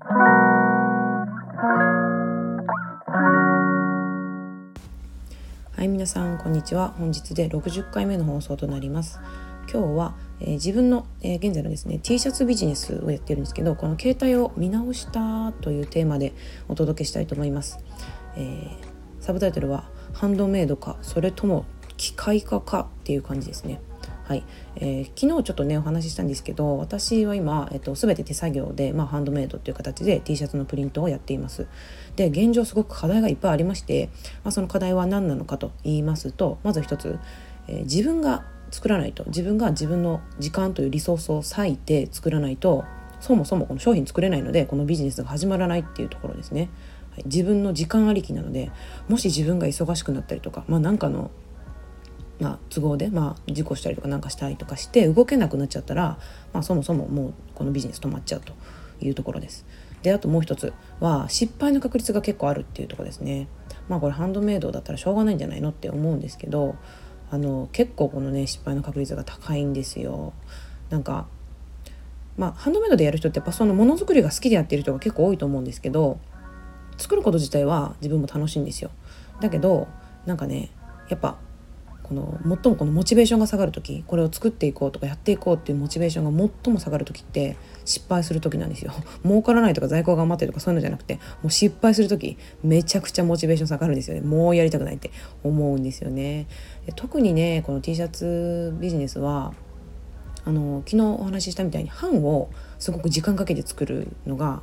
はい、皆さんこんにちは。本日で60回目の放送となります。今日は、自分の、現在のですね T シャツビジネスをやっているんですけど、この形態を見直したというテーマでお届けしたいと思います。サブタイトルはハンドメイドかそれとも機械化かっていう感じですね。はい、昨日ちょっとねお話ししたんですけど、私は今、全て手作業で、ハンドメイドっていう形で T シャツのプリントをやっています。で、現状すごく課題がいっぱいありまして、その課題は何なのかと言いますと、まず一つ、自分が作らないと、自分が自分の時間というリソースを割いて作らないと、そもそもこの商品作れないので、このビジネスが始まらないっていうところですね。はい、自分の時間ありきなので、もし自分が忙しくなったりとか、なんかの都合で、事故したりとかなんかしたりとかして動けなくなっちゃったら、そもそももうこのビジネス止まっちゃうというところです。で、あともう一つは失敗の確率が結構あるっていうところですね。これハンドメイドだったらしょうがないんじゃないのって思うんですけど、結構このね失敗の確率が高いんですよ。なんかハンドメイドでやる人ってやっぱそのものづくりが好きでやってる人が結構多いと思うんですけど、作ること自体は自分も楽しいんですよ。だけどなんかね、やっぱ最もこのモチベーションが下がる時、これを作っていこうとかやっていこうっていうモチベーションが最も下がる時って失敗する時なんですよ。儲からないとか在庫が余ってるとかそういうのじゃなくて、もう失敗する時めちゃくちゃモチベーション下がるんですよね。もうやりたくないって思うんですよね。で、特にねこの T シャツビジネスは昨日お話ししたみたいに版をすごく時間かけて作るのが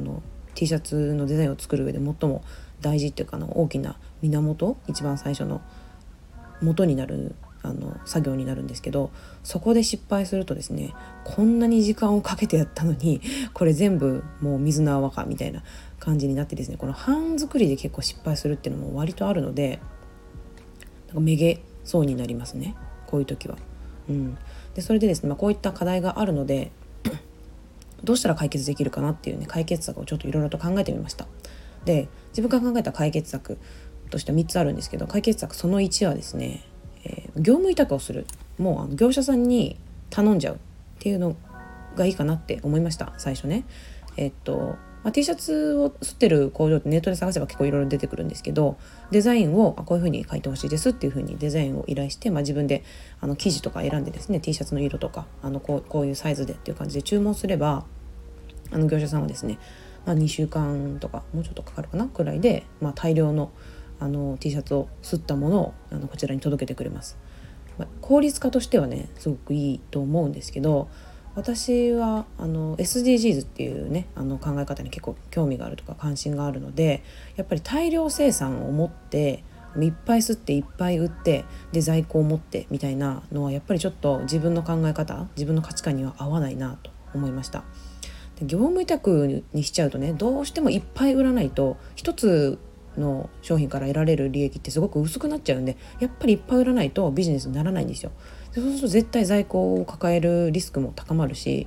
T シャツのデザインを作る上で最も大事っていうか大きな源、一番最初の元になる作業になるんですけど、そこで失敗するとですね、こんなに時間をかけてやったのにこれ全部もう水の泡かみたいな感じになってですね、この版作りで結構失敗するっていうのも割とあるので、なんかめげそうになりますね、こういう時は。でそれでですね、こういった課題があるのでどうしたら解決できるかなっていうね、解決策をちょっといろいろと考えてみました。で、自分が考えた解決策としては3つあるんですけど、解決策その1はですね、業務委託をする、もう業者さんに頼んじゃうっていうのがいいかなって思いました。最初ね、T シャツを刷ってる工場ってネットで探せば結構いろいろ出てくるんですけど、デザインをこういう風に書いてほしいですっていう風にデザインを依頼して、自分で生地とか選んでですね、 T シャツの色とかこういうサイズでっていう感じで注文すれば、業者さんはですね、2週間とかもうちょっとかかるかなくらいで、大量のT シャツを刷ったものをこちらに届けてくれます。効率化としてはねすごくいいと思うんですけど、私はSDGs っていうね考え方に結構興味があるとか関心があるので、やっぱり大量生産を持っていっぱい吸っていっぱい売ってで在庫を持ってみたいなのはやっぱりちょっと自分の考え方、自分の価値観には合わないなと思いました。で、業務委託にしちゃうとね、どうしてもいっぱい売らないと一つの商品から得られる利益ってすごく薄くなっちゃうんで、やっぱりいっぱい売らないとビジネスにならないんですよ。で、そうすると絶対在庫を抱えるリスクも高まるし、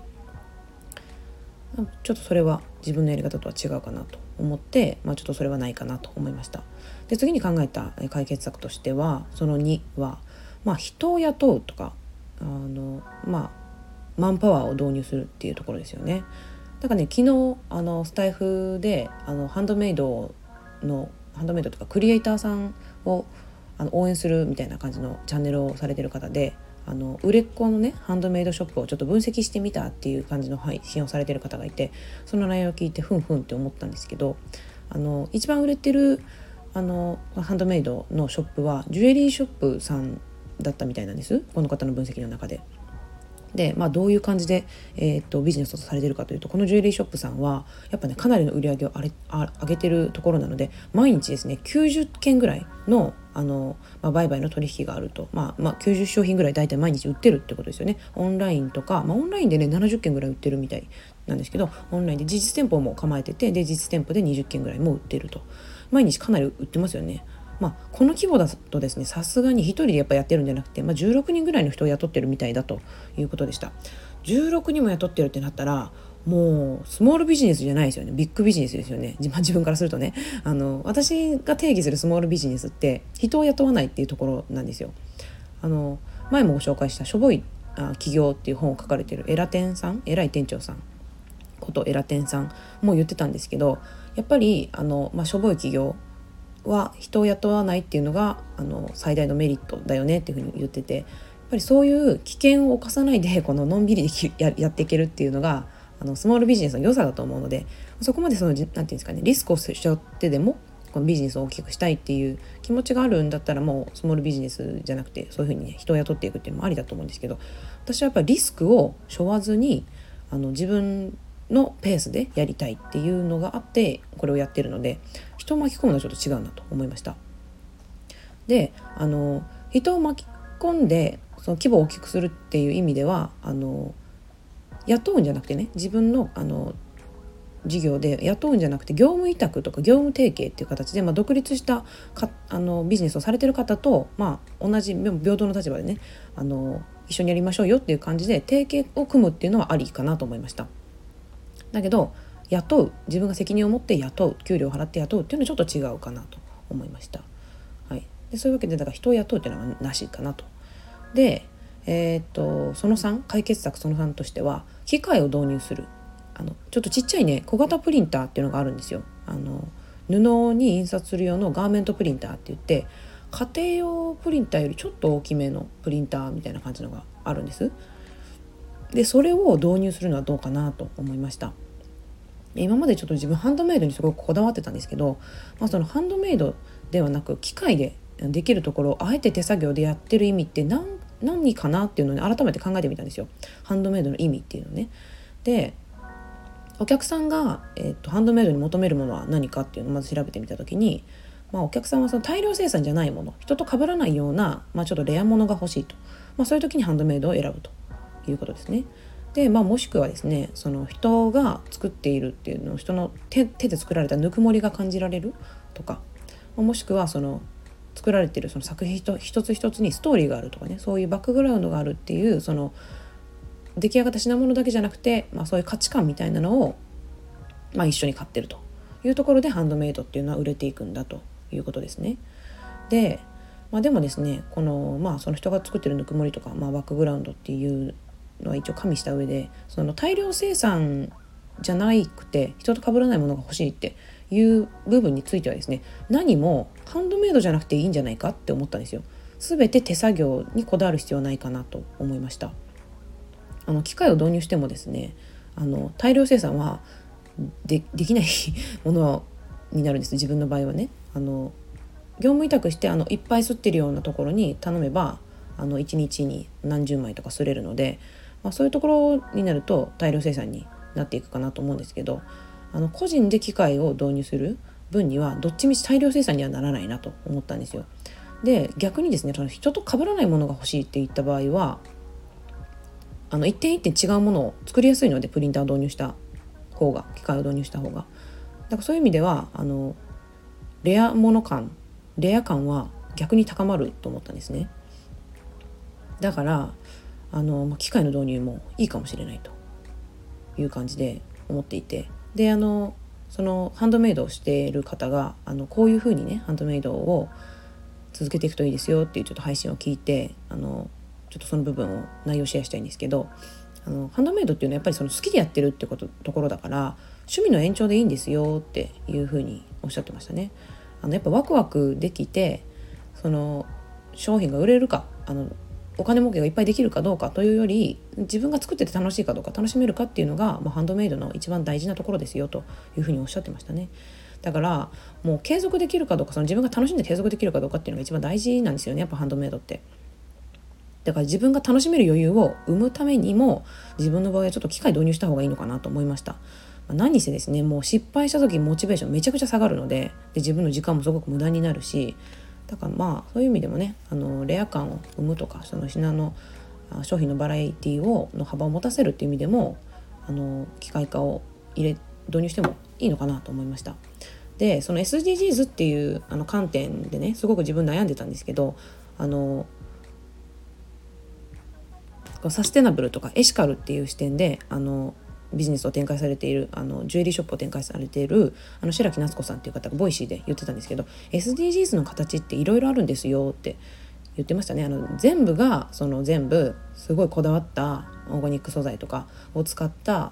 ちょっとそれは自分のやり方とは違うかなと思って、ちょっとそれはないかなと思いました。で、次に考えた解決策としては、その2は、人を雇うとかマンパワーを導入するっていうところですよね。だからね、昨日スタイフでハンドメイドとかクリエイターさんを応援するみたいな感じのチャンネルをされてる方で、売れっ子のねハンドメイドショップをちょっと分析してみたっていう感じの配信をされてる方がいて、その内容を聞いてふんふんって思ったんですけど、一番売れてるハンドメイドのショップはジュエリーショップさんだったみたいなんです、この方の分析の中で。で、どういう感じで、ビジネスをされてるかというと、このジュエリーショップさんはやっぱねかなりの売り上げを上げてるところなので、毎日ですね90件ぐらいの売買の取引があると、90商品ぐらい大体毎日売ってるってことですよね。オンラインとか、オンラインでね70件ぐらい売ってるみたいなんですけど、オンラインで実店舗も構えてて、で実店舗で20件ぐらいも売ってると、毎日かなり売ってますよね。この規模だとですね、さすがに一人でやっぱやってるんじゃなくて、16人ぐらいの人を雇ってるみたいだということでした。16人も雇ってるってなったら、もうスモールビジネスじゃないですよね、ビッグビジネスですよね。自分からするとね、私が定義するスモールビジネスって人を雇わないっていうところなんですよ。前もご紹介したしょぼい企業っていう本を書かれてる偉い店長さんことエラテンさんも言ってたんですけど、やっぱりしょぼい企業は人を雇わないっていうのが最大のメリットだよねっていうふうに言ってて、やっぱりそういう危険を冒さないでこののんびりやっていけるっていうのがスモールビジネスの良さだと思うので、そこまでなんていうんですかね、リスクを背負ってでもこのビジネスを大きくしたいっていう気持ちがあるんだったら、もうスモールビジネスじゃなくてそういうふうにね、人を雇っていくっていうのもありだと思うんですけど、私はやっぱりリスクを背負わずに自分のペースでやりたいっていうのがあってこれをやってるので、人を巻き込むのはちょっと違うなと思いました。で人を巻き込んでその規模を大きくするっていう意味では雇うんじゃなくてね、自分の事業で雇うんじゃなくて業務委託とか業務提携っていう形で、独立したビジネスをされてる方と、同じ平等の立場でね一緒にやりましょうよっていう感じで提携を組むっていうのはありかなと思いました。だけど自分が責任を持って給料を払って雇うっていうのはちょっと違うかなと思いました。はい、でそういうわけでだから人を雇うっていうのはなしかなと。で、その3解決策その3としては機械を導入する。ちょっとちっちゃいね小型プリンターっていうのがあるんですよ。布に印刷する用のガーメントプリンターって言って、家庭用プリンターよりちょっと大きめのプリンターみたいな感じのがあるんです。でそれを導入するのはどうかなと思いました。今までちょっと自分ハンドメイドにすごくこだわってたんですけど、そのハンドメイドではなく機械でできるところをあえて手作業でやってる意味って何かなっていうのを、ね、改めて考えてみたんですよ。ハンドメイドの意味っていうのね。でお客さんが、ハンドメイドに求めるものは何かっていうのをまず調べてみたときに、お客さんはその大量生産じゃないもの、人と被らないような、ちょっとレアものが欲しいと、そういう時にハンドメイドを選ぶということですね。で、もしくはですね、その人が作っているっていうのを人の 手で作られたぬくもりが感じられるとか、もしくはその作られているその作品一つ一つにストーリーがあるとかね、そういうバックグラウンドがあるっていう、その出来上がった品物だけじゃなくて、そういう価値観みたいなのを、一緒に買ってるというところでハンドメイドっていうのは売れていくんだということですね。で、でもですね、このその人が作ってるぬくもりとか、バックグラウンドっていうのは一応加味した上で、その大量生産じゃなくて人と被らないものが欲しいっていう部分についてはですね、何もハンドメイドじゃなくていいんじゃないかって思ったんですよ。全て手作業にこだわる必要はないかなと思いました。機械を導入してもですね、大量生産はできないものになるんです。自分の場合はね、業務委託していっぱい吸ってるようなところに頼めば1日に何十枚とか吸れるので、そういうところになると大量生産になっていくかなと思うんですけど、個人で機械を導入する分にはどっちみち大量生産にはならないなと思ったんですよ。で逆にですね、人と被らないものが欲しいって言った場合は一点一点違うものを作りやすいので、プリンターを導入した方が、機械を導入した方が、だからそういう意味ではレア感は逆に高まると思ったんですね。だから機械の導入もいいかもしれないという感じで思っていて、でそのハンドメイドをしている方がこういうふうにねハンドメイドを続けていくといいですよっていうちょっと配信を聞いてちょっとその部分を内容シェアしたいんですけど、ハンドメイドっていうのはやっぱりその好きでやってるってところだから趣味の延長でいいんですよっていうふうにおっしゃってましたね。やっぱワクワクできてその商品が売れるかお金儲けがいっぱいできるかどうかというより、自分が作ってて楽しいかどうか、楽しめるかっていうのが、ハンドメイドの一番大事なところですよというふうにおっしゃってましたね。だからもう継続できるかどうか、その自分が楽しんで継続できるかどうかっていうのが一番大事なんですよね、やっぱハンドメイドって。だから自分が楽しめる余裕を生むためにも自分の場合はちょっと機械導入した方がいいのかなと思いました。何にせですね、もう失敗した時モチベーションめちゃくちゃ下がるので、自分の時間もすごく無駄になるし、だからそういう意味でもねレア感を生むとか、その品の商品のバラエティの幅を持たせるっていう意味でも機械化を導入してもいいのかなと思いました。でその SDGs っていう観点でねすごく自分悩んでたんですけど、サステナブルとかエシカルっていう視点でビジネスを展開されているジュエリーショップを展開されている白木夏子さんっていう方がボイシーで言ってたんですけど、 SDGs の形っていろいろあるんですよって言ってましたね。全部すごいこだわったオーガニック素材とかを使った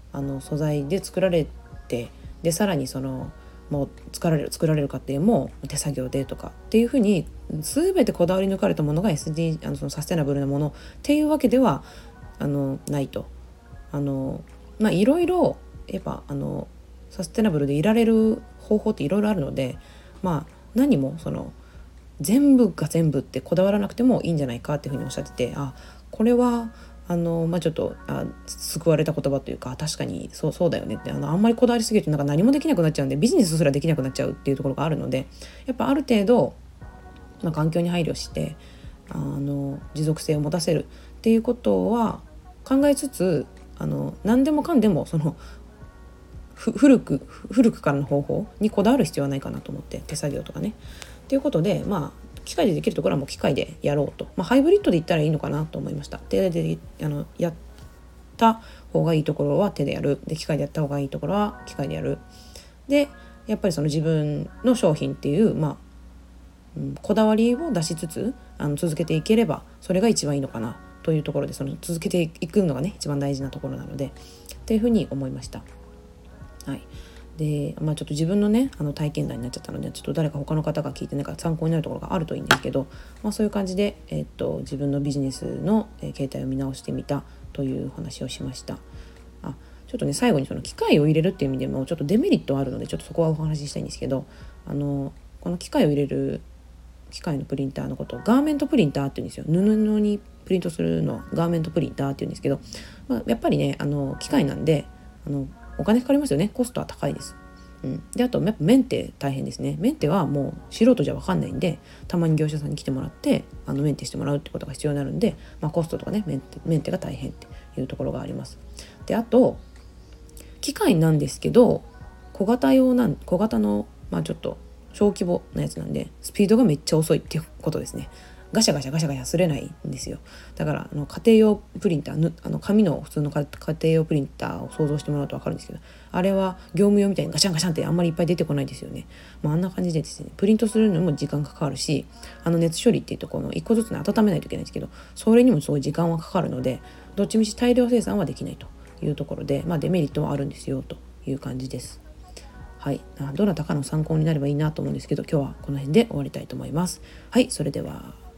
素材で作られて、でさらにもう作られる過程も手作業でとかっていうふうに全てこだわり抜かれたものが そのサステナブルなものっていうわけではないと。いろいろやっぱサステナブルでいられる方法っていろいろあるので、何も全部が全部ってこだわらなくてもいいんじゃないかっていうふうにおっしゃってて、これはちょっと救われた言葉というか、確かにそうだよねって、あんまりこだわりすぎると何もできなくなっちゃうんで、ビジネスすらできなくなっちゃうっていうところがあるので、やっぱある程度、環境に配慮して持続性を持たせるっていうことは考えつつ、何でもかんでも古くからの方法にこだわる必要はないかなと思って、手作業とかねっていうことで、機械でできるところはもう機械でやろうと、ハイブリッドでいったらいいのかなと思いました。手でやった方がいいところは手でやる、で機械でやった方がいいところは機械でやる、でやっぱり自分の商品っていう、こだわりを出しつつ続けていければそれが一番いいのかなというところで、続けていくのがね一番大事なところなのでっていうふうに思いました。でちょっと自分のね体験談になっちゃったので、ちょっと誰か他の方が聞いて参考になるところがあるといいんですけど、そういう感じで、自分のビジネスの、形態を見直してみたという話をしました。ちょっとね最後に機械を入れるっていう意味でもちょっとデメリットはあるので、ちょっとそこはお話ししたいんですけど、この機械を入れる機械のプリンターのことをガーメントプリンターって言うんですよ。布にプリントするのはガーメントプリンターって言うんですけど、やっぱりね機械なんでお金かかりますよね。コストは高いです。であとやっぱメンテ大変ですね。メンテはもう素人じゃ分かんないんで、たまに業者さんに来てもらってメンテしてもらうってことが必要になるんで、コストとかねメンテが大変っていうところがあります。であと機械なんですけど小型のちょっと小規模なやつなんでスピードがめっちゃ遅いっていうことですね。ガシャガシャすれないんですよ。だから家庭用プリンター紙の普通の家庭用プリンターを想像してもらうと分かるんですけど、あれは業務用みたいにガシャンガシャンってあんまりいっぱい出てこないですよね。あんな感じでですね、プリントするのにも時間かかるし、熱処理っていうところの1個ずつ、温めないといけないんですけど、それにもすごい時間はかかるので、どっちみち大量生産はできないというところで、デメリットはあるんですよという感じです。どなたかの参考になればいいなと思うんですけど、今日はこの辺で終わりたいと思います。それでは。